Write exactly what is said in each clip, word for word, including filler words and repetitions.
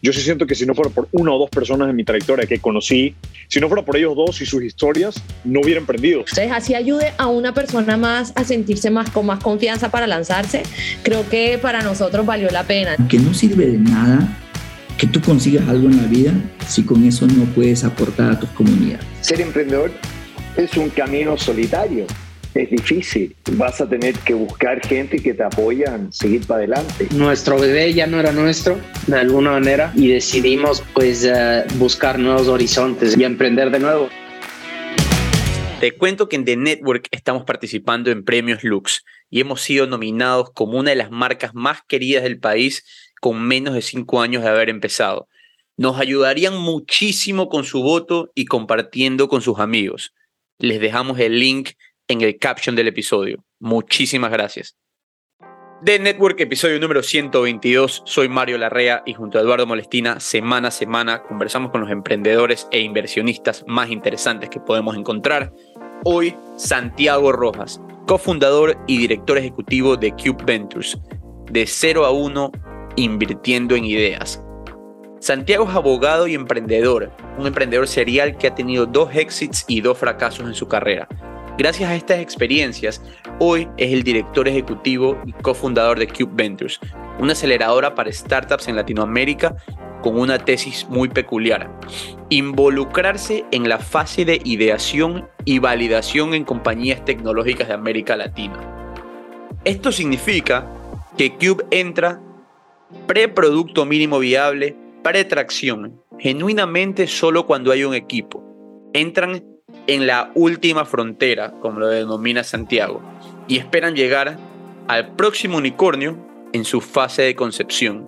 Yo sí siento que si no fuera por una o dos personas en mi trayectoria que conocí, si no fuera por ellos dos y sus historias, no hubiera emprendido. Entonces, así ayude a una persona más a sentirse más con más confianza para lanzarse, creo que para nosotros valió la pena. Que no sirve de nada que tú consigas algo en la vida si con eso no puedes aportar a tus comunidades. Ser emprendedor es un camino solitario. Es difícil, vas a tener que buscar gente que te apoyan, seguir para adelante. Nuestro bebé ya no era nuestro, de alguna manera, y decidimos pues uh, buscar nuevos horizontes y emprender de nuevo. Te cuento que en The Network estamos participando en Premios Lux y hemos sido nominados como una de las marcas más queridas del país con menos de cinco años de haber empezado. Nos ayudarían muchísimo con su voto y compartiendo con sus amigos. Les dejamos el link en el caption del episodio. Muchísimas gracias. The Network, episodio número ciento veintidós. Soy Mario Larrea y junto a Eduardo Molestina, semana a semana conversamos con los emprendedores e inversionistas más interesantes que podemos encontrar. Hoy, Santiago Rojas, cofundador y director ejecutivo de Cube Ventures, de cero a uno, invirtiendo en ideas. Santiago es abogado y emprendedor, un emprendedor serial que ha tenido dos éxitos y dos fracasos en su carrera. Gracias a estas experiencias, hoy es el director ejecutivo y cofundador de Cube Ventures, una aceleradora para startups en Latinoamérica con una tesis muy peculiar: involucrarse en la fase de ideación y validación en compañías tecnológicas de América Latina. Esto significa que Cube entra preproducto mínimo viable, pretracción, genuinamente solo cuando hay un equipo. Entran en la última frontera, como lo denomina Santiago, y esperan llegar al próximo unicornio en su fase de concepción.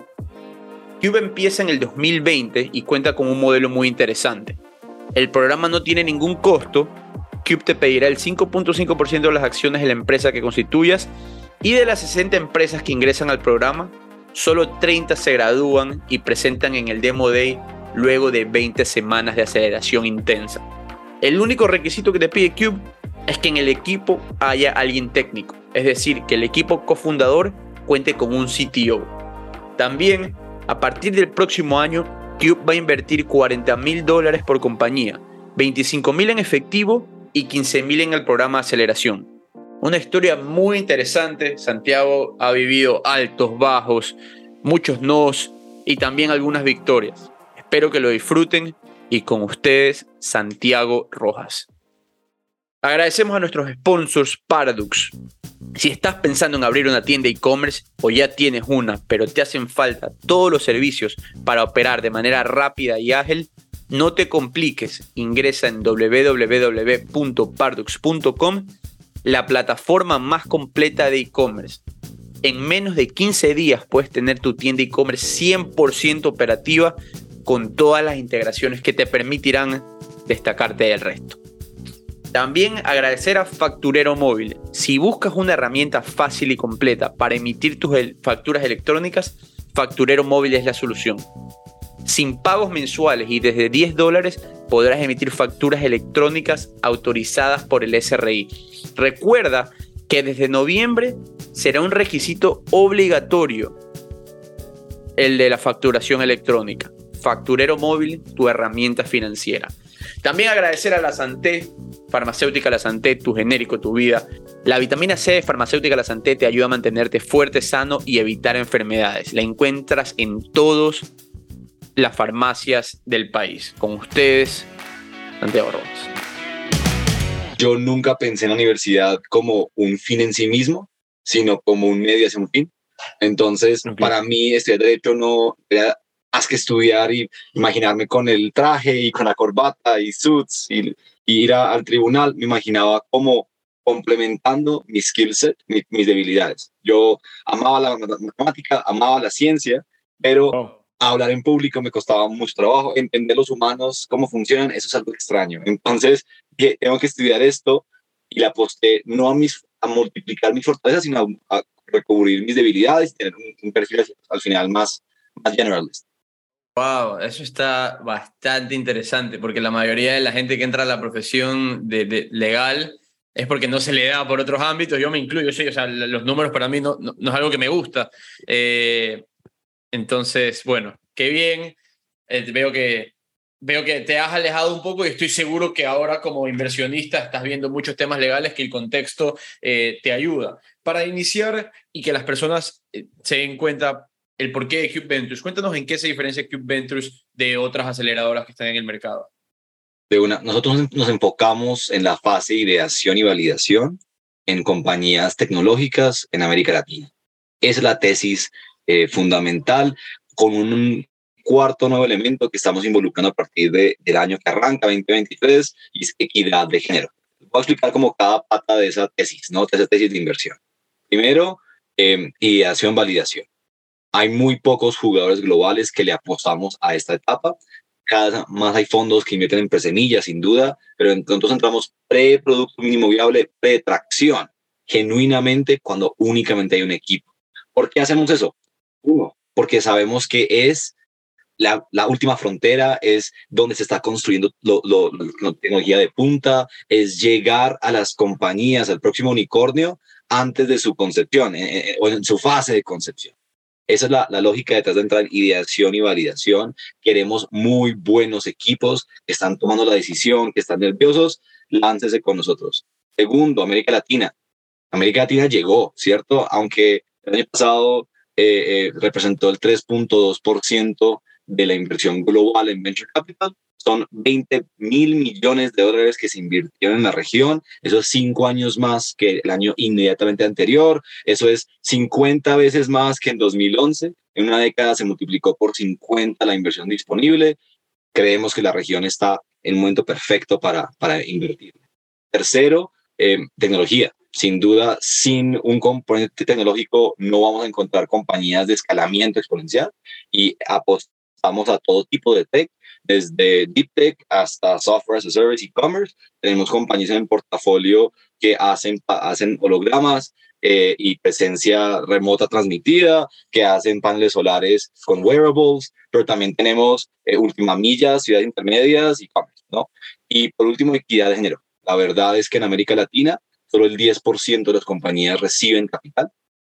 Cube empieza en el dos mil veinte y cuenta con un modelo muy interesante. El programa no tiene ningún costo. Cube te pedirá el cinco punto cinco por ciento de las acciones de la empresa que constituyas, y de las sesenta empresas que ingresan al programa, solo treinta se gradúan y presentan en el Demo Day luego de veinte semanas de aceleración intensa. El único requisito que te pide Cube es que en el equipo haya alguien técnico, es decir, que el equipo cofundador cuente con un C T O. También, a partir del próximo año, Cube va a invertir cuarenta mil dólares por compañía, veinticinco mil en efectivo y quince mil en el programa de aceleración. Una historia muy interesante. Santiago ha vivido altos, bajos, muchos nos y también algunas victorias. Espero que lo disfruten. Y con ustedes, Santiago Rojas. Agradecemos a nuestros sponsors Paradox. Si estás pensando en abrir una tienda e-commerce o ya tienes una, pero te hacen falta todos los servicios para operar de manera rápida y ágil, no te compliques. Ingresa en doble u doble u doble u punto paradox punto com, la plataforma más completa de e-commerce. En menos de quince días puedes tener tu tienda e-commerce cien por ciento operativa, con todas las integraciones que te permitirán destacarte del resto. También agradecer a Facturero Móvil. Si buscas una herramienta fácil y completa para emitir tus facturas electrónicas, Facturero Móvil es la solución. Sin pagos mensuales y desde diez dólares podrás emitir facturas electrónicas autorizadas por el S R I. Recuerda que desde noviembre será un requisito obligatorio el de la facturación electrónica. Facturero Móvil, tu herramienta financiera. También agradecer a la Santé, Farmacéutica La Santé, tu genérico, tu vida. La vitamina C de Farmacéutica La Santé te ayuda a mantenerte fuerte, sano y evitar enfermedades. La encuentras en todas las farmacias del país. Con ustedes, Santiago Rojas. Yo nunca pensé en la universidad como un fin en sí mismo, sino como un medio hacia un fin. Entonces, okay. Para mí, estudiar Derecho no era más que estudiar y imaginarme con el traje y con la corbata y suits y, y ir a, al tribunal. Me imaginaba como complementando mi skill set, mi, mis debilidades. Yo amaba la matemática, amaba la ciencia, pero oh. hablar en público me costaba mucho trabajo. Entender los humanos, cómo funcionan, eso es algo extraño. Entonces, tengo que estudiar esto y la aposté no a, mis, a multiplicar mis fortalezas, sino a, a recubrir mis debilidades y tener un, un perfil al final más, más generalist. Wow, eso está bastante interesante, porque la mayoría de la gente que entra a la profesión de, de legal es porque no se le da por otros ámbitos. Yo me incluyo, sí, o sea, los números para mí no, no, no es algo que me gusta. Eh, entonces, bueno, qué bien. Eh, veo que Veo que te has alejado un poco y estoy seguro que ahora como inversionista estás viendo muchos temas legales que el contexto eh, te ayuda. Para iniciar y que las personas eh, se den cuenta el porqué de Cube Ventures, cuéntanos en qué se diferencia Cube Ventures de otras aceleradoras que están en el mercado. De una, nosotros nos enfocamos en la fase de ideación y validación en compañías tecnológicas en América Latina. Esa es la tesis eh, fundamental, con un cuarto nuevo elemento que estamos involucrando a partir de, del año que arranca, veinte veintitrés, y es equidad de género. Voy a explicar como cada pata de esa tesis, ¿no? De esa tesis de inversión. Primero, eh, ideación, validación. Hay muy pocos jugadores globales que le apostamos a esta etapa. Cada vez más hay fondos que invierten en presemillas, sin duda, pero entonces entramos pre-producto mínimo viable, pre-tracción, genuinamente cuando únicamente hay un equipo. ¿Por qué hacemos eso? Uno, porque sabemos que es La, la última frontera, es donde se está construyendo lo, lo, lo, la tecnología de punta, es llegar a las compañías, al próximo unicornio, antes de su concepción eh, o en su fase de concepción. Esa es la, la lógica detrás de entrar en ideación y validación. Queremos muy buenos equipos que están tomando la decisión, que están nerviosos, láncese con nosotros. Segundo, América Latina. América Latina llegó, ¿cierto? Aunque el año pasado eh, eh, representó el tres punto dos por ciento de la inversión global en Venture Capital, son veinte mil millones de dólares que se invirtieron en la región. Eso es cinco años más que el año inmediatamente anterior. Eso es cincuenta veces más que en dos mil once. En una década se multiplicó por cincuenta la inversión disponible. Creemos que la región está en un momento perfecto para, para invertir. Tercero, eh, tecnología. Sin duda, sin un componente tecnológico no vamos a encontrar compañías de escalamiento exponencial, y apostamos Vamos a todo tipo de tech, desde deep tech hasta software as a service, e-commerce. Tenemos compañías en el portafolio que hacen, hacen hologramas eh, y presencia remota transmitida, que hacen paneles solares con wearables, pero también tenemos eh, última milla, ciudades intermedias, e-commerce, ¿no? Y por último, equidad de género. La verdad es que en América Latina solo el diez por ciento de las compañías reciben capital.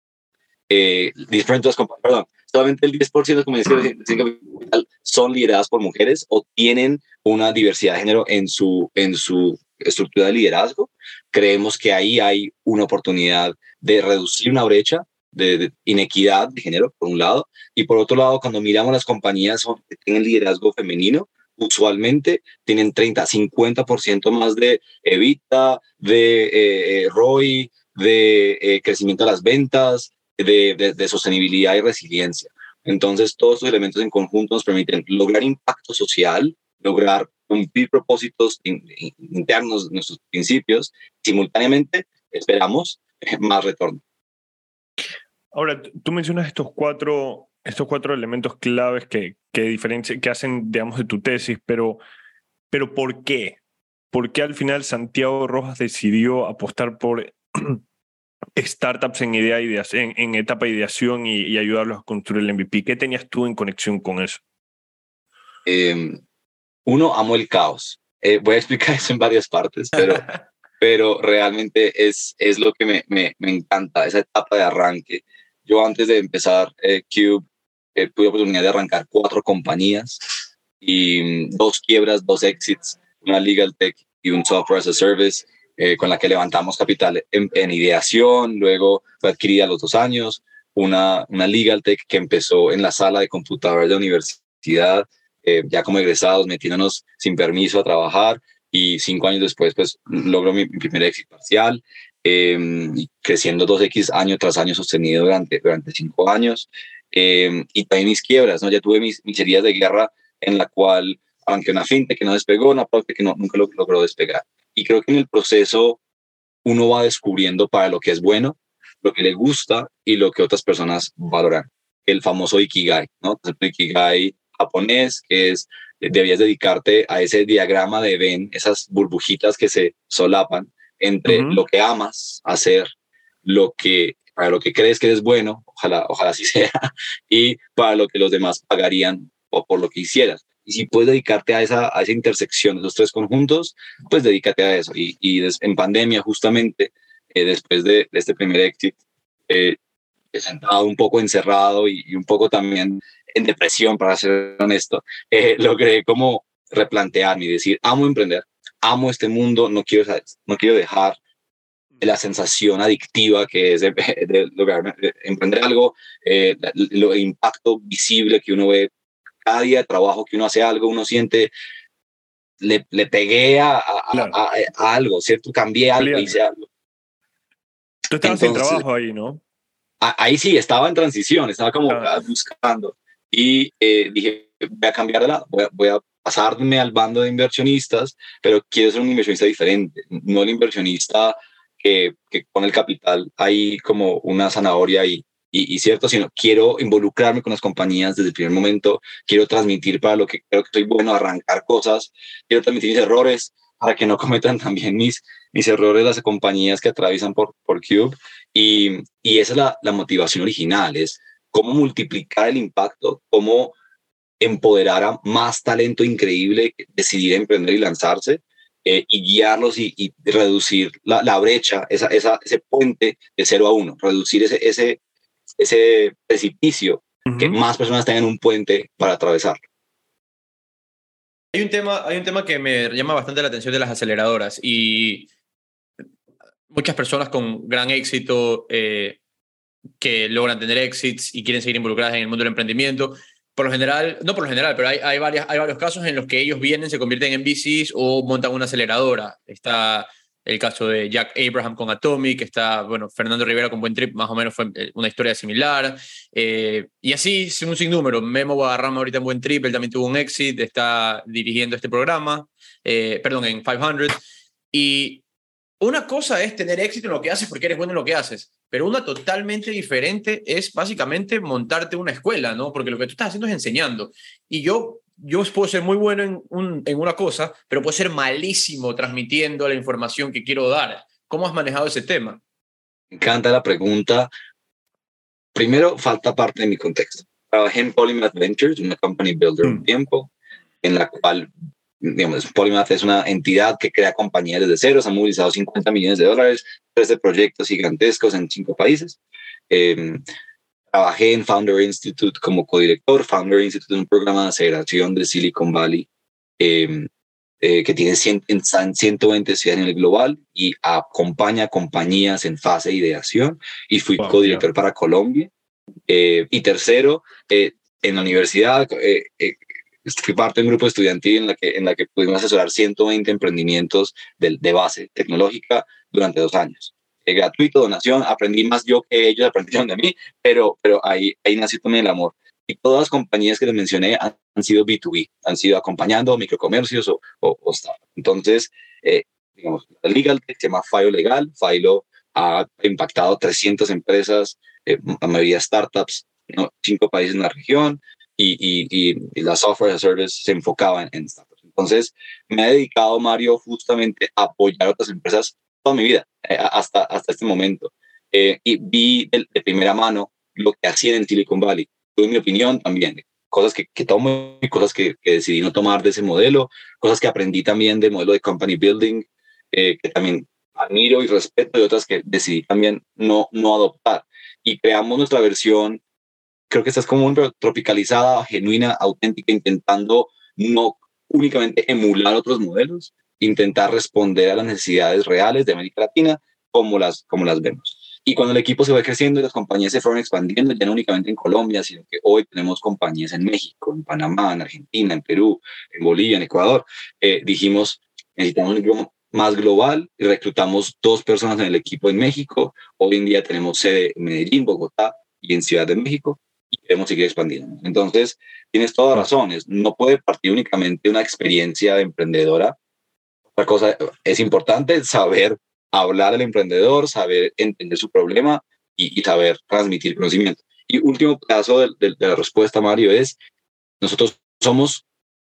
Eh, diferentes, perdón, solamente el diez por ciento de las compañías son lideradas por mujeres o tienen una diversidad de género en su, en su estructura de liderazgo. Creemos que ahí hay una oportunidad de reducir una brecha de, de inequidad de género, por un lado, y por otro lado, cuando miramos las compañías que tienen liderazgo femenino, usualmente tienen treinta, cincuenta por ciento más de EBITDA, de eh, R O I, de eh, crecimiento de las ventas, De, de, de sostenibilidad y resiliencia. Entonces, todos estos elementos en conjunto nos permiten lograr impacto social, lograr cumplir propósitos in, in, internos de nuestros principios, simultáneamente esperamos más retorno. Ahora, tú mencionas estos cuatro, estos cuatro elementos claves que, que, diferencia, que hacen, digamos, de tu tesis, pero, pero ¿por qué? ¿Por qué al final Santiago Rojas decidió apostar por startups en, idea, ideas, en, en etapa de ideación y, y ayudarlos a construir el M V P? ¿Qué tenías tú en conexión con eso? Eh, uno, amo el caos. Eh, voy a explicar eso en varias partes, pero, pero realmente es, es lo que me, me, me encanta, esa etapa de arranque. Yo antes de empezar eh, Cube, eh, tuve la oportunidad de arrancar cuatro compañías y dos quiebras, dos exits, una legal tech y un software as a service, Eh, con la que levantamos capital en, en ideación, luego fue adquirida a los dos años, una, una legal tech que empezó en la sala de computadoras de la universidad, eh, ya como egresados, metiéndonos sin permiso a trabajar, y cinco años después pues logró mi, mi primer éxito parcial, eh, y creciendo dos X año tras año sostenido durante, durante cinco años, eh, y también mis quiebras, ¿no? Ya tuve mis, mis heridas de guerra en la cual, aunque una fintech que no despegó, una propia que no, nunca lo, logró despegar. Y creo que en el proceso uno va descubriendo para lo que es bueno, lo que le gusta y lo que otras personas valoran. El famoso Ikigai, ¿no? El Ikigai japonés, que es, debías dedicarte a ese diagrama de Venn, esas burbujitas que se solapan entre uh-huh. lo que amas hacer, lo que, para lo que crees que eres bueno, ojalá, ojalá así sea, y para lo que los demás pagarían o por lo que hicieras. Y si puedes dedicarte a esa, a esa intersección, esos tres conjuntos, pues dedícate a eso. Y, y des, en pandemia, justamente, eh, después de, de este primer exit, eh, he sentado un poco encerrado y, y un poco también en depresión, para ser honesto, eh, logré como replantearme y decir, amo emprender, amo este mundo, no quiero, no quiero dejar la sensación adictiva que es de, de lograr de emprender algo, eh, el impacto visible que uno ve cada día de trabajo, que uno hace algo, uno siente, le, le pegué a, a, claro. a, a algo, ¿cierto? Cambié algo, Claro. hice algo. Tú estabas Entonces, sin trabajo ahí, ¿no? Ahí sí, estaba en transición, estaba como ah. buscando. Y eh, dije, voy a cambiar de lado, voy a, voy a pasarme al bando de inversionistas, pero quiero ser un inversionista diferente, no el inversionista que, que pone el capital ahí como una zanahoria y, y, y cierto, sino quiero involucrarme con las compañías desde el primer momento, quiero transmitir para lo que creo que soy bueno, arrancar cosas, quiero transmitir mis errores para que no cometan también mis, mis errores las compañías que atraviesan por, por Cube. Y, y esa es la, la motivación original, es cómo multiplicar el impacto, cómo empoderar a más talento increíble, decidir emprender y lanzarse, eh, y guiarlos y, y reducir la, la brecha, esa, esa, ese puente de cero a uno, reducir ese, ese, ese precipicio, uh-huh. que más personas tengan un puente para atravesarlo. Hay un tema, hay un tema que me llama bastante la atención de las aceleradoras y muchas personas con gran éxito eh, que logran tener exits y quieren seguir involucradas en el mundo del emprendimiento. Por lo general, no por lo general, pero hay, hay, varias, hay varios casos en los que ellos vienen, se convierten en V Cs o montan una aceleradora. Está el caso de Jack Abraham con Atomic, está bueno, Fernando Rivera con Buen Trip, más o menos fue una historia similar. Eh, y así, un sinnúmero. Memo Guadarrama ahorita en Buen Trip, él también tuvo un exit, está dirigiendo este programa, eh, perdón, en quinientos. Y una cosa es tener éxito en lo que haces porque eres bueno en lo que haces, pero una totalmente diferente es básicamente montarte una escuela, ¿no? Porque lo que tú estás haciendo es enseñando. Y yo, yo puedo ser muy bueno en, un, en una cosa, pero puedo ser malísimo transmitiendo la información que quiero dar. ¿Cómo has manejado ese tema? Me encanta la pregunta. Primero, falta parte de mi contexto. Trabajé en Polymath Ventures, una company builder un mm. tiempo, en la cual... Digamos, Polymath es una entidad que crea compañías desde cero, se han movilizado cincuenta millones de dólares, trece proyectos gigantescos en cinco países. Eh, trabajé en Founder Institute como codirector. Founder Institute es un programa de aceleración de Silicon Valley eh, eh, que tiene cien, ciento veinte ciudades a nivel global y acompaña compañías en fase de ideación, y fui wow, codirector yeah. para Colombia. Eh, y tercero, eh, en la universidad, eh, eh, fui parte de un grupo estudiantil en la que, en la que pudimos asesorar ciento veinte emprendimientos de, de base tecnológica durante dos años. Eh, gratuito, donación, aprendí más yo que ellos aprendieron de mí, pero, pero ahí, ahí nació también el amor. Y todas las compañías que les mencioné han, han sido B dos B, han sido acompañando microcomercios o, o, o startups. Entonces, eh, digamos, la Legal Tech se llama Filo Legal. Filo ha impactado trescientas empresas, eh, la mayoría startups, ¿no? Cinco países en la región. Y, y, y la software as a service se enfocaba en, en startups. Entonces, me he dedicado, Mario, justamente a apoyar a otras empresas toda mi vida, eh, hasta, hasta este momento. Eh, y vi de, de primera mano lo que hacían en Silicon Valley. Tuve mi opinión también, cosas que, que tomo y cosas que, que decidí no tomar de ese modelo, cosas que aprendí también del modelo de company building, eh, que también admiro y respeto, y otras que decidí también no, no adoptar. Y creamos nuestra versión, creo que esta es como una tropicalizada, genuina, auténtica, intentando no únicamente emular otros modelos, intentar responder a las necesidades reales de América Latina como las, como las vemos. Y cuando el equipo se fue creciendo y las compañías se fueron expandiendo, ya no únicamente en Colombia, sino que hoy tenemos compañías en México, en Panamá, en Argentina, en Perú, en Bolivia, en Ecuador, eh, dijimos, necesitamos un equipo más global, y reclutamos dos personas en el equipo en México. Hoy en día tenemos sede en Medellín, Bogotá y en Ciudad de México, y queremos seguir expandiendo. Entonces, tienes todas las razones. No puede partir únicamente de una experiencia emprendedora. Otra cosa es importante, saber hablar al emprendedor, saber entender su problema y, y saber transmitir conocimiento. Y último pedazo de, de, de la respuesta, Mario, es nosotros somos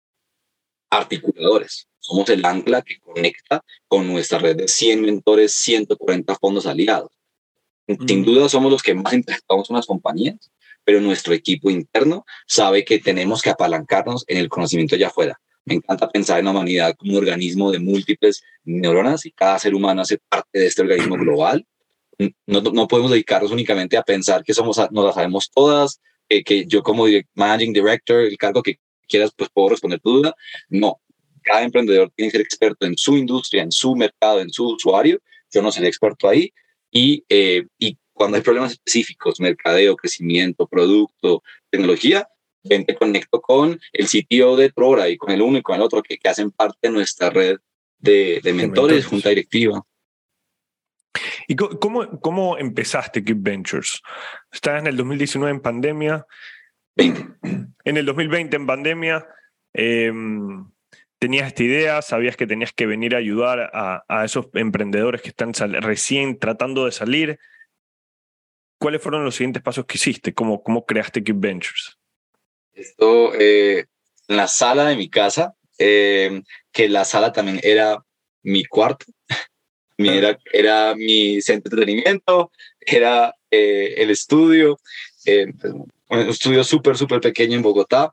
articuladores. Somos el ancla que conecta con nuestra red de cien mentores, ciento cuarenta fondos aliados. Sin duda somos los que más interactuamos con las compañías, pero nuestro equipo interno sabe que tenemos que apalancarnos en el conocimiento allá afuera. Me encanta pensar en la humanidad como un organismo de múltiples neuronas, y cada ser humano hace parte de este organismo global. No, no podemos dedicarnos únicamente a pensar que somos, nos las sabemos todas, que, que yo como Managing Director, el cargo que quieras, pues puedo responder tu duda. No, cada emprendedor tiene que ser experto en su industria, en su mercado, en su usuario. Yo no soy experto ahí. Y, eh, y cuando hay problemas específicos, mercadeo, crecimiento, producto, tecnología, ven, te conecto con el C T O de Trora y con el uno y con el otro que, que hacen parte de nuestra red de, de mentores, de mentores, junta directiva. ¿Y cómo, cómo empezaste Cube Ventures? Estabas en el dos mil diecinueve en pandemia. veinte En el dos mil veinte en pandemia, eh, tenías esta idea, sabías que tenías que venir a ayudar a, a esos emprendedores que están sal- recién tratando de salir. ¿Cuáles fueron los siguientes pasos que hiciste? ¿Cómo, cómo creaste Cube Ventures? Esto eh, en la sala de mi casa, eh, que la sala también era mi cuarto. Era, era mi centro de entretenimiento, era eh, el estudio, eh, un estudio súper, súper pequeño en Bogotá.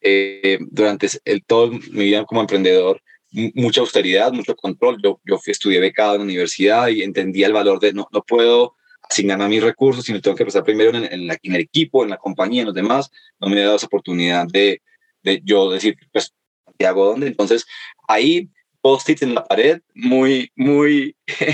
Eh, durante el, todo mi vida como emprendedor, m- mucha austeridad, mucho control. Yo, yo fui, estudié becado en la universidad y entendía el valor de no, no puedo asignarme a mis recursos, sino tengo que pensar primero en, en, la, en el equipo, en la compañía, en los demás. No me he dado esa oportunidad de, de yo decir, pues, ¿qué hago dónde? Entonces, ahí post-it en la pared, muy, muy,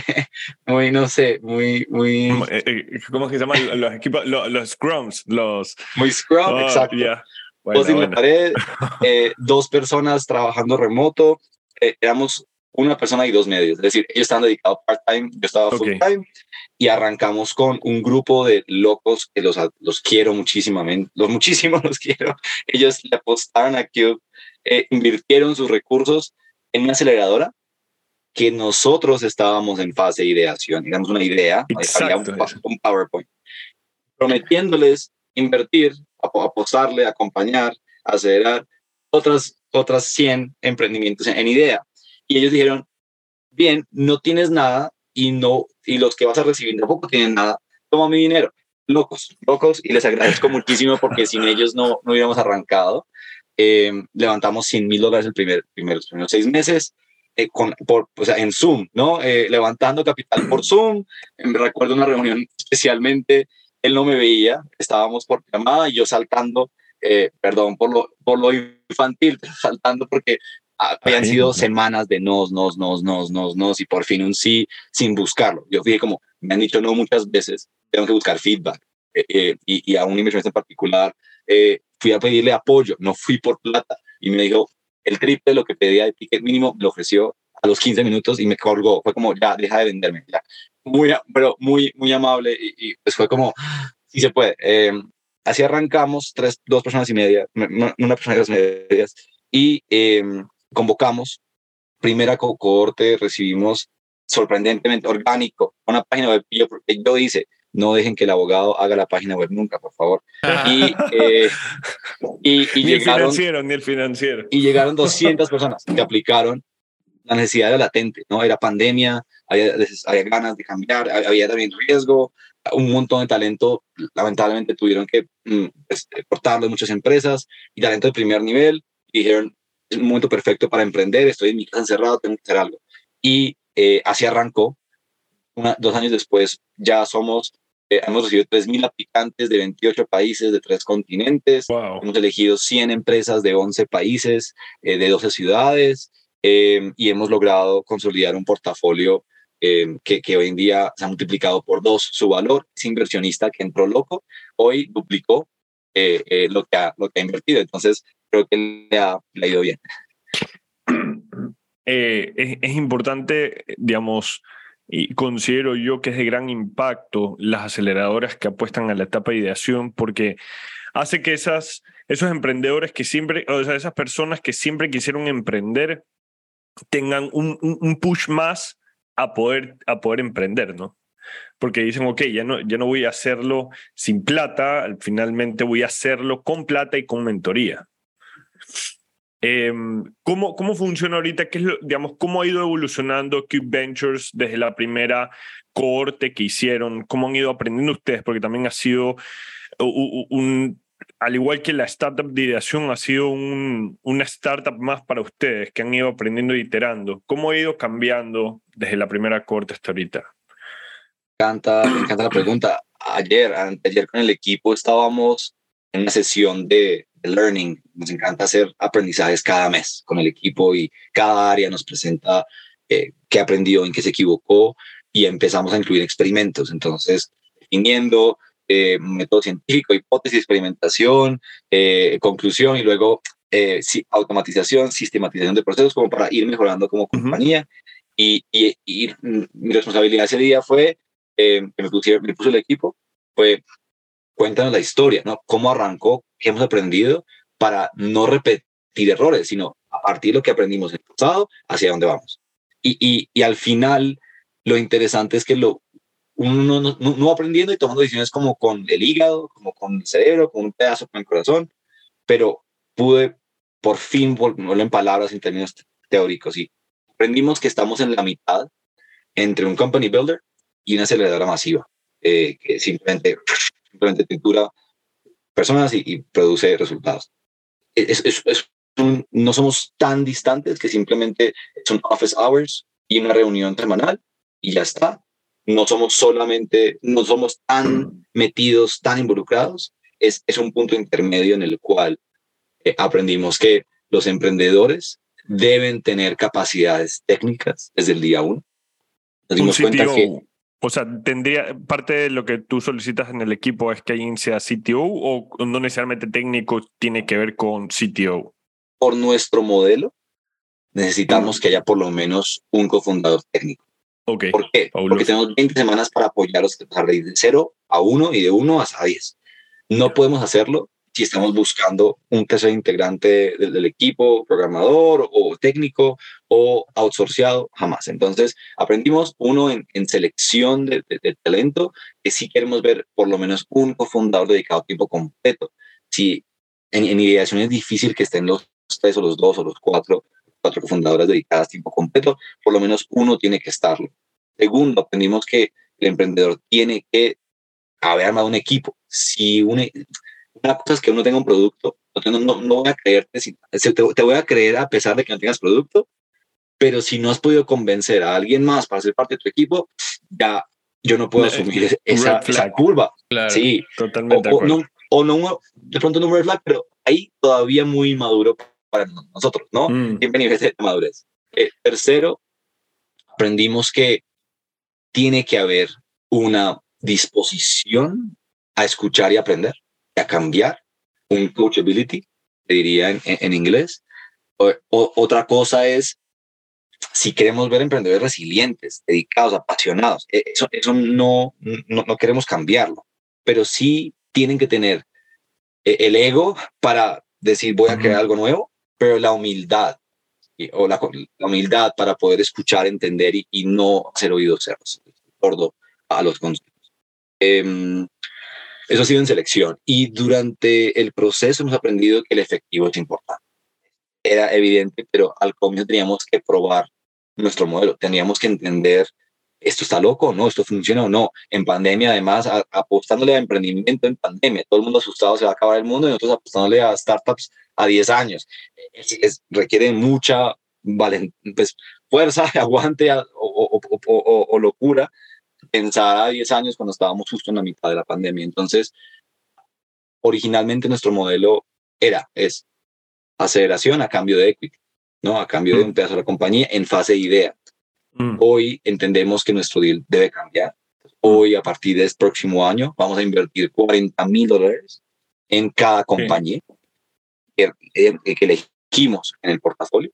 muy, no sé, muy, muy... ¿Cómo es que se llaman los equipos? Los, los scrums, los... Muy scrum, oh, exacto. Yeah. Buena, Post-it en buena. la pared, eh, dos personas trabajando remoto, eh, éramos una persona y dos medios, es decir, ellos estaban dedicados part-time, yo estaba Okay. full-time, y arrancamos con un grupo de locos que los, los quiero muchísimamente, los muchísimos los quiero. Ellos le apostaron a Cube, eh, invirtieron sus recursos en una aceleradora que nosotros estábamos en fase de ideación, digamos una idea, había un, un PowerPoint, prometiéndoles invertir, apostarle, acompañar, acelerar otras, otras cien emprendimientos en, en idea. Y ellos dijeron, bien, no tienes nada y, no, y los que vas a recibir tampoco tienen nada, toma mi dinero. Locos, locos, y les agradezco muchísimo porque sin ellos no, no hubiéramos arrancado. Eh, levantamos cien mil dólares el primer, primer, los primeros seis meses, eh, con, por, o sea, en Zoom, ¿no? Eh, levantando capital por Zoom. Me recuerdo una reunión especialmente, él no me veía, estábamos por llamada y yo saltando, eh, perdón por lo, por lo infantil, saltando porque habían Ay, sido no. semanas de nos, nos, nos, nos, nos, nos, y por fin un sí sin buscarlo. Yo dije como, me han dicho no muchas veces, tengo que buscar feedback. Eh, eh, y, y a un inversionista en particular, eh, fui a pedirle apoyo, no fui por plata. Y me dijo, el triple de lo que pedía de ticket mínimo, me lo ofreció a los quince minutos y me colgó. Fue como, ya, deja de venderme. Ya. Muy, pero muy, muy amable. Y, y pues fue como, sí se puede. Eh, así arrancamos, tres, dos personas y media, una persona y dos medias. Y eh, convocamos, primera co cohorte, recibimos sorprendentemente orgánico, una página web, yo, porque yo hice, no dejen que el abogado haga la página web nunca, por favor. Y, eh, y, y ni llegaron, el financiero, ni el financiero. Y llegaron doscientas personas que aplicaron. La necesidad era latente, ¿no? Era pandemia, había, había ganas de cambiar, había también riesgo, un montón de talento, lamentablemente tuvieron que mm, pues, cortarlo de muchas empresas, y talento de primer nivel, y dijeron, es un momento perfecto para emprender, estoy en mi casa encerrado, tengo que hacer algo. Y eh, así arrancó. Una, dos años después ya somos, eh, hemos recibido tres mil aplicantes de veintiocho países, de tres continentes. Wow. Hemos elegido cien empresas de once países, eh, de doce ciudades, eh, y hemos logrado consolidar un portafolio eh, que, que hoy en día se ha multiplicado por dos su valor. Ese inversionista que entró loco, hoy duplicó eh, eh, lo, que ha, lo que ha invertido. Entonces, creo que le ha, le ha ido bien. Eh, es, es importante, digamos, y considero yo que es de gran impacto las aceleradoras que apuestan a la etapa de ideación, porque hace que esas, esos emprendedores que siempre, o sea, esas personas que siempre quisieron emprender tengan un, un, un push más a poder, a poder emprender, ¿no? Porque dicen, ok, ya no, ya no voy a hacerlo sin plata, finalmente voy a hacerlo con plata y con mentoría. Eh, ¿cómo, ¿Cómo funciona ahorita? ¿Qué es lo, digamos, ¿cómo ha ido evolucionando Cube Ventures desde la primera cohorte que hicieron? ¿Cómo han ido aprendiendo ustedes? Porque también ha sido un, un al igual que la startup de ideación, ha sido un, una startup más para ustedes que han ido aprendiendo y iterando. ¿Cómo ha ido cambiando desde la primera cohorte hasta ahorita? Me encanta, me encanta la pregunta. Ayer, anteayer con el equipo estábamos en una sesión de, de learning. Nos encanta hacer aprendizajes cada mes con el equipo y cada área nos presenta eh, qué aprendió, en qué se equivocó y empezamos a incluir experimentos. Entonces, definiendo eh, método científico, hipótesis, experimentación, eh, conclusión y luego eh, sí, automatización, sistematización de procesos como para ir mejorando como compañía. Uh-huh. y, y, y mi responsabilidad ese día fue, eh, que me, pusieron, me puso el equipo, fue cuéntanos la historia, ¿no? ¿Cómo arrancó? ¿Qué hemos aprendido? Para no repetir errores, sino a partir de lo que aprendimos en el pasado, hacia dónde vamos. Y, y, y al final, lo interesante es que lo, uno no, no, no aprendiendo y tomando decisiones como con el hígado, como con el cerebro, con un pedazo con el corazón, pero pude por fin ponerlo en palabras en términos teóricos y aprendimos que estamos en la mitad entre un company builder y una aceleradora masiva, eh, que simplemente, simplemente tritura personas y, y produce resultados. Es, es, es un, no somos tan distantes que simplemente son office hours y una reunión semanal y ya está. No somos solamente, no somos tan metidos, tan involucrados. Es, es un punto intermedio en el cual eh, aprendimos que los emprendedores deben tener capacidades técnicas desde el día uno. Nos dimos cuenta que... O sea, tendría parte de lo que tú solicitas en el equipo es que alguien sea C T O o no necesariamente técnico tiene que ver con C T O. Por nuestro modelo, necesitamos mm. que haya por lo menos un cofundador técnico. Okay. ¿Por qué? Paulo. Porque tenemos veinte semanas para apoyarlos a ir de cero a uno y de uno a diez. No podemos hacerlo si estamos buscando un tercer integrante del, del equipo, programador o técnico o outsourciado, jamás. Entonces, aprendimos uno en, en selección de, de, de talento, que sí queremos ver por lo menos un cofundador dedicado a tiempo completo. Si en, en ideación es difícil que estén los tres o los dos o los cuatro, cuatro cofundadores dedicadas a tiempo completo, por lo menos uno tiene que estarlo. Segundo, aprendimos que el emprendedor tiene que haber armado un equipo. Si un Una cosa es que uno tenga un producto, no, no, no voy a creerte, te, te voy a creer a pesar de que no tengas producto, pero si no has podido convencer a alguien más para ser parte de tu equipo, ya yo no puedo asumir esa, esa curva. Claro, sí, totalmente. O, o, no, o no, de pronto no un red flag, pero ahí todavía muy maduro para nosotros, ¿no? Mm. Siempre nivel de madurez. Eh, tercero, aprendimos que tiene que haber una disposición a escuchar y aprender, a cambiar, un coachability, te diría en, en inglés. O, o, otra cosa es, si queremos ver emprendedores resilientes, dedicados, apasionados, eso, eso no, no, no queremos cambiarlo, pero sí tienen que tener el ego para decir voy a crear algo nuevo, pero la humildad, o la, la humildad para poder escuchar, entender y, y no hacer oídos sordos a los consejos. Eh, Eso ha sido en selección y durante el proceso hemos aprendido que el efectivo es importante. Era evidente, pero al comienzo teníamos que probar nuestro modelo. Teníamos que entender, ¿esto está loco o no? ¿Esto funciona o no? En pandemia, además, a, apostándole a emprendimiento en pandemia. Todo el mundo asustado, se va a acabar el mundo y nosotros apostándole a startups a diez años. Es, es, requiere mucha valen, pues, fuerza, aguante o, o, o, o, o locura pensar a diez años cuando estábamos justo en la mitad de la pandemia. Entonces, originalmente nuestro modelo era, es aceleración a cambio de equity, ¿no? A cambio mm. de un pedazo de la compañía en fase de idea. Mm. Hoy entendemos que nuestro deal debe cambiar. Hoy, a partir de este próximo año, vamos a invertir cuarenta mil dólares en cada compañía sí. que, que elegimos en el portafolio.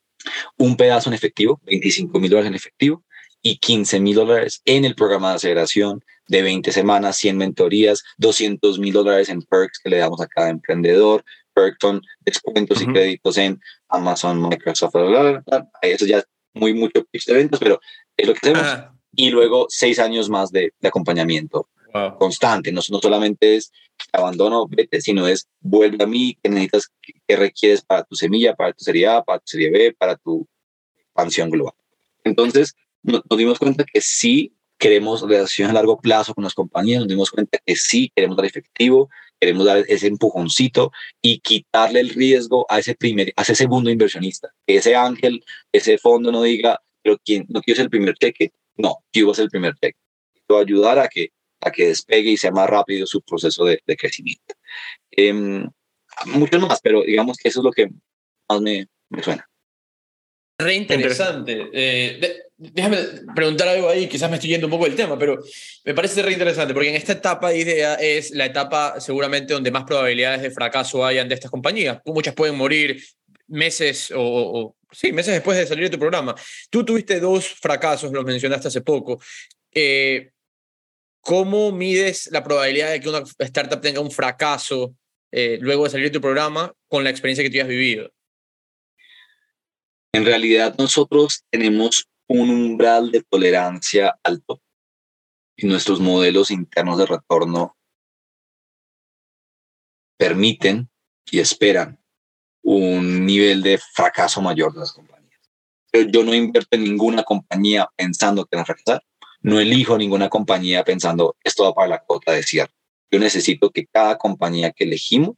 Un pedazo en efectivo, veinticinco mil dólares en efectivo, y quince mil dólares en el programa de aceleración de veinte semanas, cien mentorías, doscientos mil dólares en perks que le damos a cada emprendedor, perks son descuentos uh-huh. y créditos en Amazon, Microsoft, bla, bla, bla, bla. Eso ya es muy mucho pitch de ventas, pero es lo que hacemos. Uh-huh. Y luego seis años más de, de acompañamiento wow. constante. No, no solamente es abandono, vete, sino es vuelve a mí, que necesitas, que requieres para tu semilla, para tu serie A, para tu serie B, para tu expansión global. Entonces, nos dimos cuenta que sí queremos relaciones a largo plazo con las compañías, nos dimos cuenta que sí queremos dar efectivo, queremos dar ese empujoncito y quitarle el riesgo a ese primer, a ese segundo inversionista, que ese ángel, ese fondo no diga, pero quién, no quiero ser el primer cheque, no, yo voy a ser el primer cheque. Quiero ayudar a que a que despegue y sea más rápido su proceso de, de crecimiento. Eh, muchos más, pero digamos que eso es lo que más me, me suena. Re interesante. Eh, de, déjame preguntar algo ahí, quizás me estoy yendo un poco del tema, pero me parece re interesante, porque en esta etapa de idea es la etapa seguramente donde más probabilidades de fracaso hayan de estas compañías. Muchas pueden morir meses o, o sí, meses después de salir de tu programa. Tú tuviste dos fracasos, los mencionaste hace poco. Eh, ¿Cómo mides la probabilidad de que una startup tenga un fracaso eh, luego de salir de tu programa con la experiencia que tú has vivido? En realidad nosotros tenemos un umbral de tolerancia alto y nuestros modelos internos de retorno permiten y esperan un nivel de fracaso mayor de las compañías. Pero yo no invierto en ninguna compañía pensando que van a fracasar. No elijo ninguna compañía pensando esto va para la cuota de cierre. Yo necesito que cada compañía que elegimos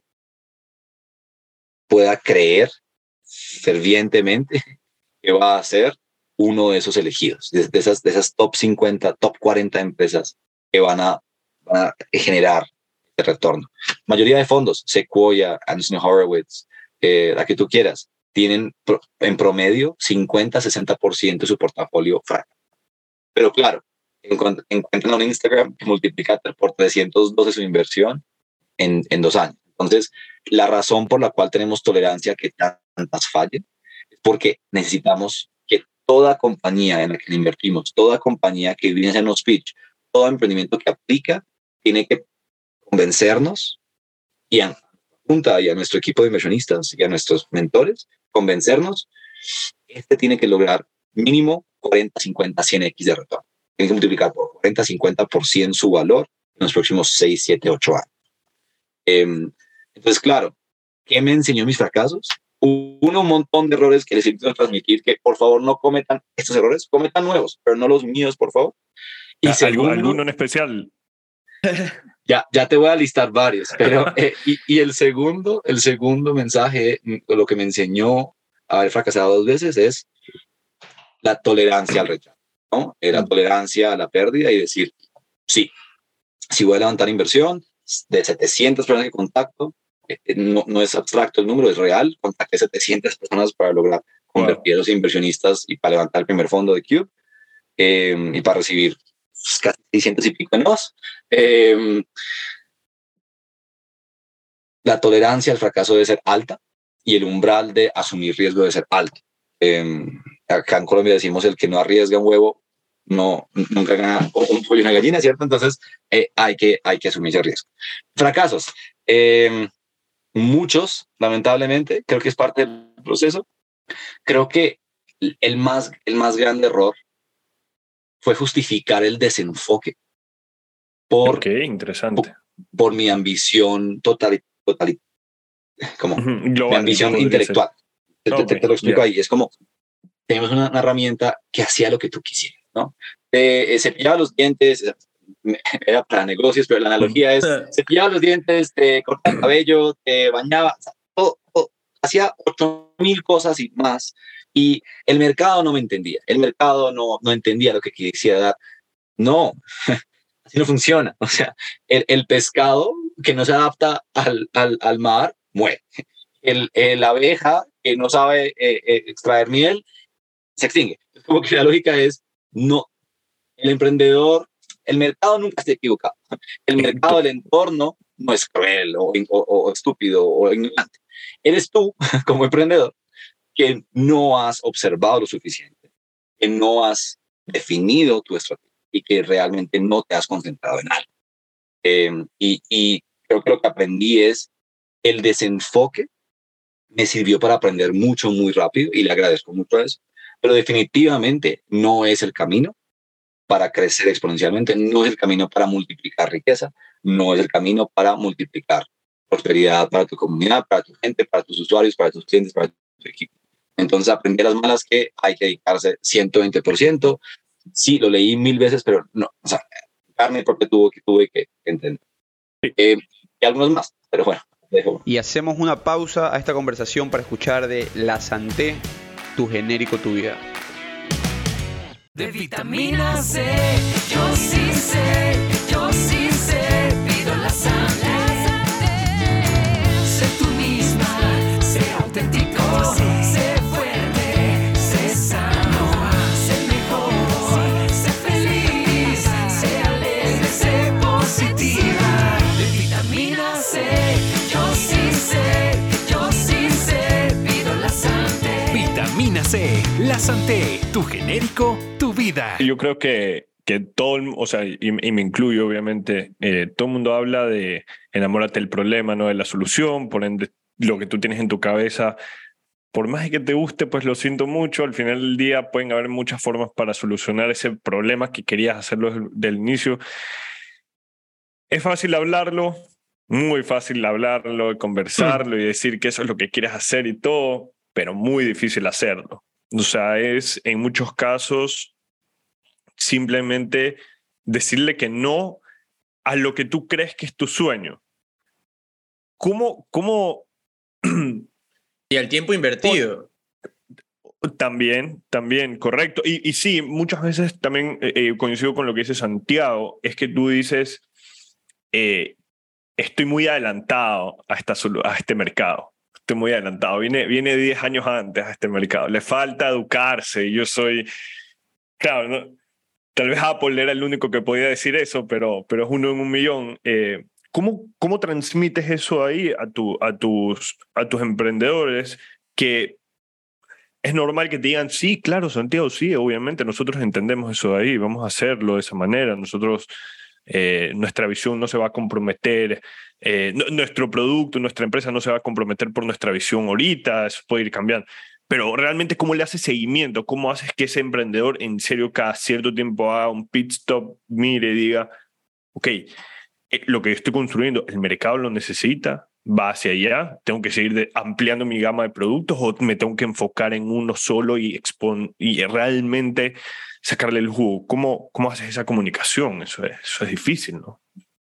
pueda creer fervientemente que va a ser uno de esos elegidos, de, de, esas, de esas top cincuenta, top cuarenta empresas que van a, van a generar el retorno. La mayoría de fondos, Sequoia, Andreessen Horowitz, eh, la que tú quieras, tienen pro, en promedio cincuenta a sesenta por ciento de su portafolio fracasado. Pero claro, encuentran un Instagram que multiplica por trescientos doce su inversión en, en dos años. Entonces, la razón por la cual tenemos tolerancia a que tantas fallen es porque necesitamos que toda compañía en la que invertimos, toda compañía que viene a hacernos pitch, todo emprendimiento que aplica, tiene que convencernos y a, junta y a nuestro equipo de inversionistas y a nuestros mentores, convencernos que este tiene que lograr mínimo cuarenta, cincuenta, cien equis de retorno. Tiene que multiplicar por cuarenta, cincuenta por ciento su valor en los próximos seis, siete, ocho años. Eh, entonces, claro, ¿qué me enseñó mis fracasos? Uno, un montón de errores que les invito transmitir, que por favor no cometan estos errores, cometan nuevos, pero no los míos, por favor. Y ¿Algún, segundo, ¿Alguno en especial? Ya, ya te voy a listar varios, pero eh, y, y el segundo, el segundo mensaje, lo que me enseñó a haber fracasado dos veces es la tolerancia al rechazo, ¿no? La tolerancia a la pérdida y decir, sí, si voy a levantar inversión de setecientas personas que contacto, eh, no, no es abstracto el número, es real, contacté setecientas personas para lograr convertir wow. a los inversionistas y para levantar el primer fondo de Cube eh, y para recibir casi seiscientos y pico en más. Eh, la tolerancia al fracaso debe ser alta y el umbral de asumir riesgo debe ser alto. Eh, acá en Colombia decimos el que no arriesga un huevo no, nunca gana un pollo y una gallina, ¿cierto? Entonces eh, hay, que, hay que asumir ese riesgo. Fracasos. Eh, muchos, lamentablemente, creo que es parte del proceso. Creo que el más, el más grande error fue justificar el desenfoque por, okay, interesante. por, por mi ambición total, total como Global, mi ambición intelectual. Te, okay, te, te lo explico yeah. ahí. Es como, tenemos una, una herramienta que hacía lo que tú quisieras, ¿no? Te eh, cepillaba los dientes, era para negocios, pero la analogía es, cepillaba los dientes, te cortaba el cabello, te bañaba, o sea, todo, todo, hacía ocho mil cosas y más. Y el mercado no me entendía, el mercado no, no entendía lo que quisiera dar. No, así no funciona. O sea, el, el pescado que no se adapta al, al, al mar, muere. El, el, la abeja que no sabe eh, eh, extraer miel, se extingue. Como que la lógica es, no, el emprendedor, el mercado nunca está equivocado. El mercado, el entorno, no es cruel o, o, o estúpido o ignorante. Eres tú, como emprendedor, que no has observado lo suficiente, que no has definido tu estrategia y que realmente no te has concentrado en algo. Eh, y, y creo que lo que aprendí es el desenfoque me sirvió para aprender mucho, muy rápido y le agradezco mucho a eso, pero definitivamente no es el camino para crecer exponencialmente, no es el camino para multiplicar riqueza, no es el camino para multiplicar prosperidad para tu comunidad, para tu gente, para tus usuarios, para tus clientes, para tu equipo. Entonces aprendí las malas que hay que dedicarse ciento veinte por ciento. Sí, lo leí mil veces, pero no, o sea, carne porque tuve que, tuve que entender. Eh, y algunos más, pero bueno. Dejo. Y hacemos una pausa a esta conversación para escuchar de La Santé, tu genérico, tu vida. De vitamina C, yo sí sé. yo sí sé, pido la Santé. Sé tú misma, sé auténtico, sé fuerte, sé sano, sé mejor, sé feliz, sé alegre, sé positiva. De vitamina C, yo sí sé, yo sí sé, pido la Santé. Vitamina C, la Santé, tu genérico, tu vida. Yo creo que, que todo, el- o sea, y, y me incluyo obviamente, eh, todo el mundo habla de enamórate del problema, no de la solución, por ende lo que tú tienes en tu cabeza, por más que te guste, pues lo siento mucho, al final del día pueden haber muchas formas para solucionar ese problema que querías hacerlo desde del inicio. Es fácil hablarlo, muy fácil hablarlo, conversarlo y decir que eso es lo que quieres hacer y todo, pero muy difícil hacerlo. O sea, es en muchos casos simplemente decirle que no a lo que tú crees que es tu sueño. ¿Cómo, cómo Y el tiempo invertido. También, también, correcto. Y, y sí, muchas veces también eh, eh, coincido con lo que dice Santiago, es que tú dices, eh, estoy muy adelantado a, esta, solu- a este mercado, estoy muy adelantado, viene, viene diez años antes a este mercado, le falta educarse, y yo soy, claro, ¿no? Tal vez Apple era el único que podía decir eso, pero, pero es uno en un millón. Eh, ¿cómo, ¿Cómo transmites eso ahí a, tu, a, tus, a tus emprendedores que es normal que te digan, sí, claro, Santiago, sí, obviamente nosotros entendemos eso de ahí, vamos a hacerlo de esa manera, nosotros, eh, nuestra visión no se va a comprometer, eh, no, nuestro producto, nuestra empresa no se va a comprometer por nuestra visión ahorita, eso puede ir cambiando, pero realmente cómo le haces seguimiento, cómo haces que ese emprendedor en serio cada cierto tiempo haga un pit stop, mire, diga, ok, eh, lo que yo estoy construyendo, el mercado lo necesita, va hacia allá, tengo que seguir de, ampliando mi gama de productos o me tengo que enfocar en uno solo y, expon, y realmente sacarle el jugo. ¿Cómo, cómo haces esa comunicación? Eso es, eso es difícil, ¿no?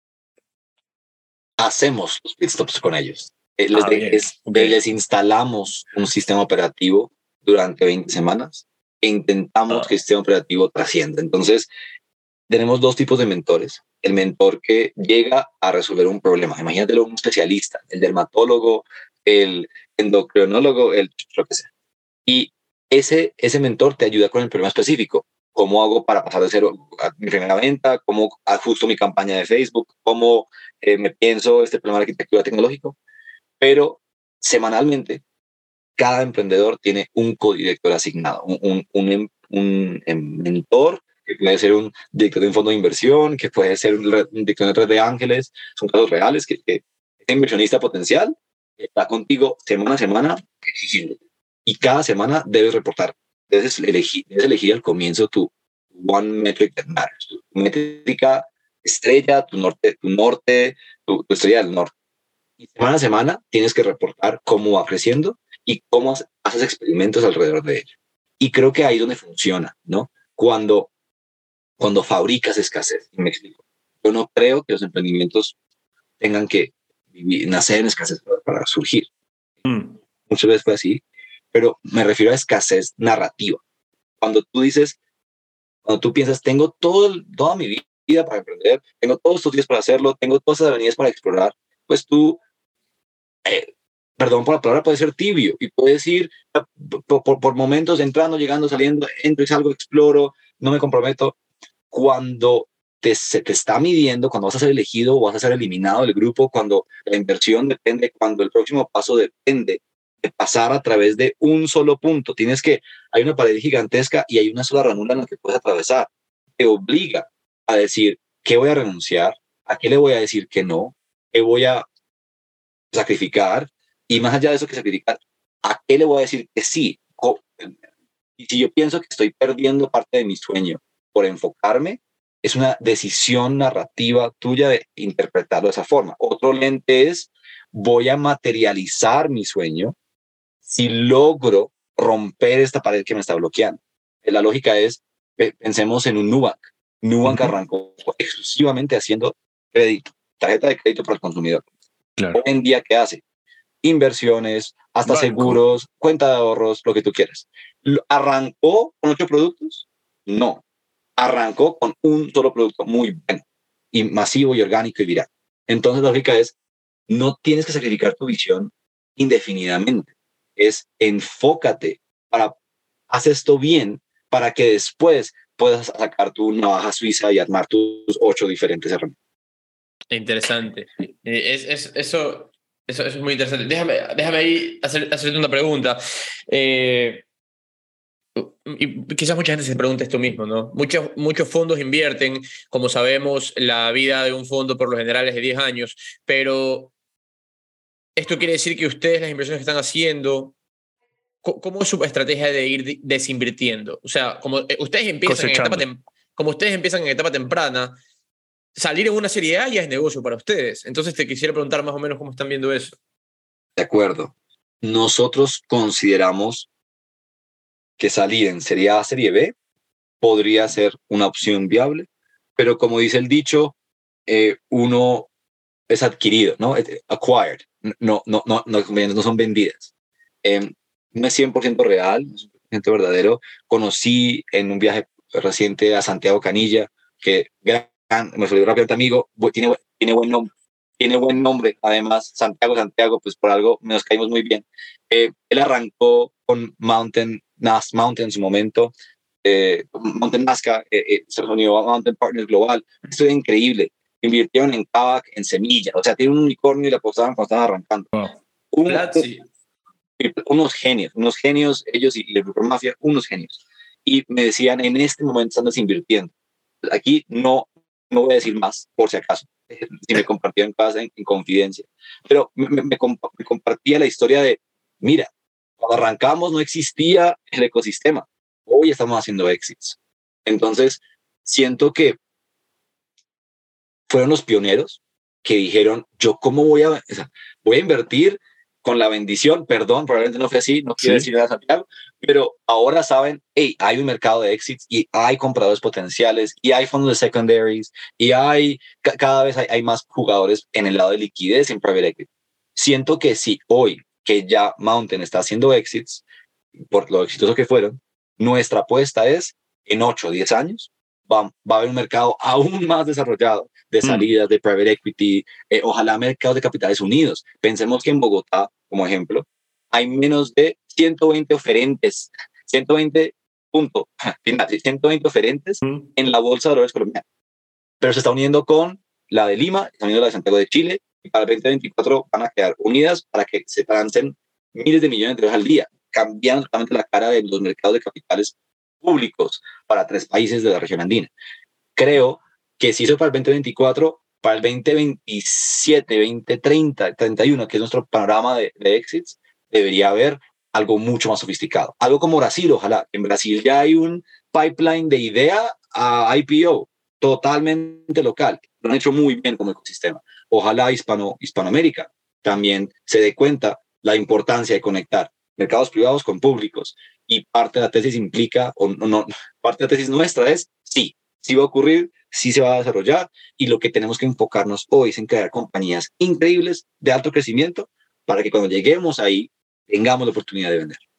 Hacemos los pit stops con ellos. Eh, les, Ah, de, bien, es, okay. les instalamos un sistema operativo durante veinte semanas e intentamos Ah. que el sistema operativo trascienda. Entonces, tenemos dos tipos de mentores. El mentor que llega a resolver un problema. Imagínatelo un especialista, el dermatólogo, el endocrinólogo, el lo que sea. Y ese, ese mentor te ayuda con el problema específico. ¿Cómo hago para pasar de cero a mi primera venta? ¿Cómo ajusto mi campaña de Facebook? ¿Cómo eh, me pienso este problema de arquitectura tecnológico? Pero semanalmente, cada emprendedor tiene un codirector asignado, un, un, un, un, un mentor que puede ser un director de un fondo de inversión, que puede ser un, un director de red de ángeles, son casos reales que, que este inversionista potencial está contigo semana a semana exigiendo. Y cada semana debes reportar, debes elegir, debes elegir al comienzo tu one metric that matters, tu métrica estrella, tu norte, tu, norte tu, tu estrella del norte. Y semana a semana tienes que reportar cómo va creciendo y cómo haces experimentos alrededor de ello. Y creo que ahí es donde funciona, ¿no? Cuando Cuando fabricas escasez. Y me explico. Yo no creo que los emprendimientos tengan que vivir, nacer en escasez para, para surgir. Mm. Muchas veces fue así, pero me refiero a escasez narrativa. Cuando tú dices, cuando tú piensas, tengo todo, toda mi vida para emprender, tengo todos estos días para hacerlo, tengo todas esas avenidas para explorar, pues tú, eh, perdón por la palabra, puedes ser tibio y puedes ir por, por, por momentos entrando, llegando, saliendo, entro y salgo, exploro, no me comprometo. Cuando te, se te está midiendo, cuando vas a ser elegido o vas a ser eliminado del grupo, cuando la inversión depende, cuando el próximo paso depende de pasar a través de un solo punto. Tienes que, hay una pared gigantesca y hay una sola ranura en la que puedes atravesar. Te obliga a decir, ¿qué voy a renunciar? ¿A qué le voy a decir que no? ¿Qué voy a sacrificar? Y más allá de eso que sacrificar, ¿a qué le voy a decir que sí? Y si yo pienso que estoy perdiendo parte de mi sueño por enfocarme, es una decisión narrativa tuya de interpretarlo de esa forma. Otro lente es, voy a materializar mi sueño si logro romper esta pared que me está bloqueando. La lógica es, pensemos en un Nubank. Nubank uh-huh. arrancó exclusivamente haciendo crédito, tarjeta de crédito para el consumidor. Claro. Hoy en día, ¿qué hace? Inversiones, hasta Banco. Seguros, cuenta de ahorros, lo que tú quieras. ¿Arrancó con ocho productos? No. Arrancó con un solo producto muy bueno. y masivo y orgánico y viral. Entonces la lógica es, no tienes que sacrificar tu visión indefinidamente. Es enfócate para hacer esto bien para que después puedas sacar tu navaja suiza y armar tus ocho diferentes herramientas. Interesante. Eh, es, es, eso, eso, eso es muy interesante. Déjame, déjame ahí hacer, hacerte una pregunta. Eh, y quizás mucha gente se pregunte esto mismo, ¿no? Muchos, muchos fondos invierten, como sabemos, la vida de un fondo por lo general es de diez años, pero esto quiere decir que ustedes, las inversiones que están haciendo, ¿cómo es su estrategia de ir desinvirtiendo? O sea, como ustedes empiezan en etapa tem- como ustedes empiezan en etapa temprana, salir en una serie A ya es negocio para ustedes. Entonces te quisiera preguntar más o menos cómo están viendo eso. De acuerdo. Nosotros consideramos que salir en serie A, serie B podría ser una opción viable, pero como dice el dicho, eh, uno es adquirido, ¿no? Acquired. No, no, no, no, no son vendidas. Eh, no es cien por ciento real, no es cien por ciento verdadero. Conocí en un viaje reciente a Santiago Canilla, que gran, me salió rápidamente amigo, tiene, tiene buen nombre. Tiene buen nombre, además, Santiago, Santiago, pues por algo nos caímos muy bien. Eh, él arrancó con Mountain, Nas, Mountain en su momento, eh, Mountain Nazca, eh, eh, se unió a Mountain Partners Global. Esto es increíble. Invirtieron en Kavak, en semilla, o sea, tiene un unicornio y le apostaban cuando estaban arrancando. Oh. Un, Platzi. unos genios, unos genios, ellos y, y el Grupo Mafia, unos genios. Y me decían, en este momento están desinvirtiendo. Aquí no, no voy a decir más, por si acaso, si me compartieron cosas en, en confidencia. Pero me, me, me, comp me compartía la historia de, mira, cuando arrancamos no existía el ecosistema. Hoy estamos haciendo exits. Entonces, siento que fueron los pioneros que dijeron, yo cómo voy a, o sea, voy a invertir con la bendición, perdón, probablemente no fue así, no quiero sí. decir nada, Santiago, pero ahora saben, hey, hay un mercado de exits y hay compradores potenciales y hay fondos de secondaries y hay, cada vez hay, hay más jugadores en el lado de liquidez en private equity. Siento que sí, hoy que ya Mountain está haciendo exits, por lo exitoso que fueron, nuestra apuesta es, en ocho o diez años, va, va a haber un mercado aún más desarrollado de salidas, mm. de private equity, eh, ojalá mercados de capitales unidos. Pensemos que en Bogotá, como ejemplo, hay menos de ciento veinte oferentes, ciento veinte, punto, ciento veinte oferentes mm. en la Bolsa de Valores colombiana. Pero se está uniendo con la de Lima, se está uniendo la de Santiago de Chile, y para el veinte veinticuatro van a quedar unidas para que se lancen miles de millones de dólares al día, cambiando totalmente la cara de los mercados de capitales públicos para tres países de la región andina. Creo que si eso para el veinte veinticuatro, para el veinte veintisiete, veinte treinta, treinta y uno, que es nuestro panorama de, de exits, debería haber algo mucho más sofisticado. Algo como Brasil, ojalá. En Brasil ya hay un pipeline de idea a I P O totalmente local. Lo han hecho muy bien como ecosistema. Ojalá Hispano, Hispanoamérica también se dé cuenta la importancia de conectar mercados privados con públicos. Y parte de la tesis implica, o no, no parte de la tesis nuestra es, sí, sí va a ocurrir, sí se va a desarrollar, y lo que tenemos que enfocarnos hoy es en crear compañías increíbles de alto crecimiento para que cuando lleguemos ahí tengamos la oportunidad de vender.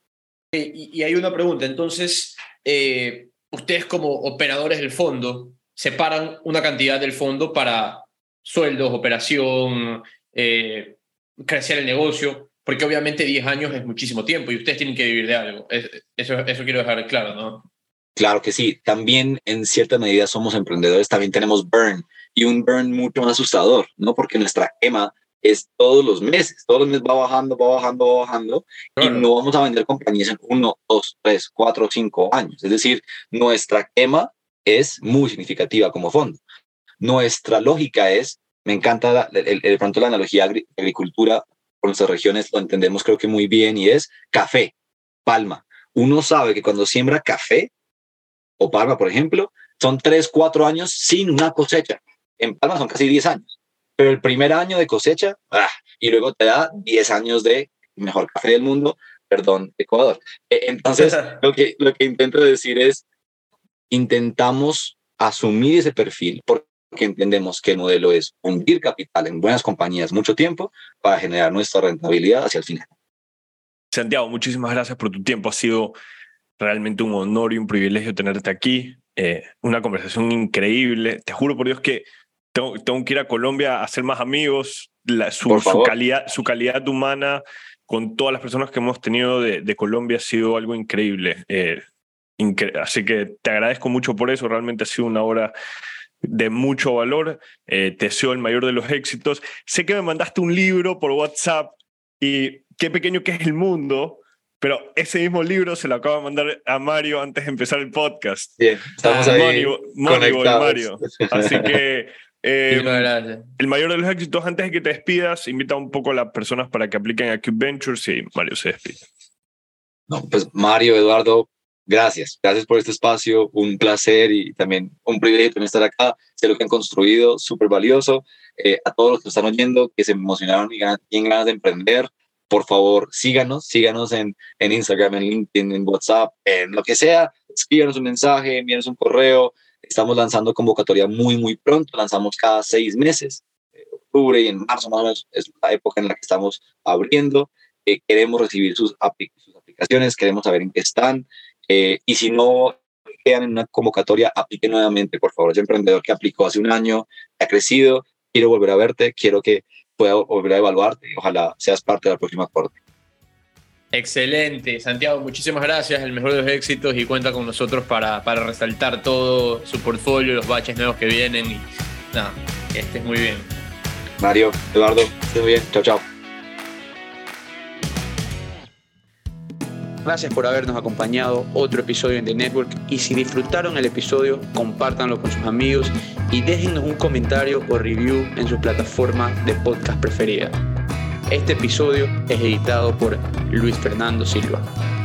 Y, y hay una pregunta, entonces, eh, ustedes como operadores del fondo separan una cantidad del fondo para sueldos, operación, eh, crecer el negocio, porque obviamente diez años es muchísimo tiempo y ustedes tienen que vivir de algo. Eso, eso quiero dejar claro, ¿no? Claro que sí. También en cierta medida somos emprendedores, también tenemos burn y un burn mucho más asustador, ¿no? Porque nuestra quema es todos los meses, todos los meses va bajando, va bajando, va bajando claro. Y no vamos a vender compañías en uno, dos, tres, cuatro, cinco años. Es decir, nuestra quema es muy significativa como fondo. Nuestra lógica es, me encanta la, el, el, de pronto la analogía de agricultura por nuestras regiones, lo entendemos creo que muy bien y es café, palma. Uno sabe que cuando siembra café o palma, por ejemplo, son tres, cuatro años sin una cosecha. En palma son casi diez años. Pero el primer año de cosecha, ¡ah! Y luego te da diez años de mejor café del mundo, perdón, Ecuador. Entonces, lo que, lo que intento decir es, intentamos asumir ese perfil porque entendemos que el modelo es hundir capital en buenas compañías mucho tiempo para generar nuestra rentabilidad hacia el final. Santiago, muchísimas gracias por tu tiempo. Ha sido realmente un honor y un privilegio tenerte aquí. Eh, una conversación increíble. Te juro por Dios que tengo, tengo que ir a Colombia a hacer más amigos. La, su, su, calidad, su calidad humana con todas las personas que hemos tenido de, de Colombia ha sido algo increíble. Eh, incre- así que te agradezco mucho por eso. Realmente ha sido una hora de mucho valor. Eh, te deseo el mayor de los éxitos. Sé que me mandaste un libro por WhatsApp y qué pequeño que es el mundo, pero ese mismo libro se lo acabo de mandar a Mario antes de empezar el podcast. Bien, estamos ah, ahí Moneyball, Moneyball, Mario. Así que eh, gracias. El mayor de los éxitos. Antes de que te despidas, invita un poco a las personas para que apliquen a Cube Ventures y Mario se despide. No, pues Mario, Eduardo, gracias. Gracias por este espacio. Un placer y también un privilegio también estar acá. Sé lo que han construido, súper valioso. Eh, a todos los que están oyendo, que se emocionaron y ganan, tienen ganas de emprender, por favor, síganos. Síganos en, en Instagram, en LinkedIn, en WhatsApp, en lo que sea. Escríbanos un mensaje, envíenos un correo. Estamos lanzando convocatoria muy, muy pronto. Lanzamos cada seis meses. Eh, octubre y en marzo más o menos es la época en la que estamos abriendo. Eh, queremos recibir sus, apl- sus aplicaciones, queremos saber en qué están. Eh, y si no quedan en una convocatoria, apliquen nuevamente, por favor. Ese emprendedor que aplicó hace un año, ha crecido, quiero volver a verte, quiero que pueda volver a evaluarte y ojalá seas parte de la próxima corte. Excelente, Santiago, muchísimas gracias, el mejor de los éxitos y cuenta con nosotros para, para resaltar todo su portfolio, los baches nuevos que vienen y nada, que estés muy bien. Mario, Eduardo, estés muy bien, chao, chao. Gracias por habernos acompañado otro episodio en The Network y si disfrutaron el episodio, compártanlo con sus amigos y déjennos un comentario o review en su plataforma de podcast preferida. Este episodio es editado por Luis Fernando Silva.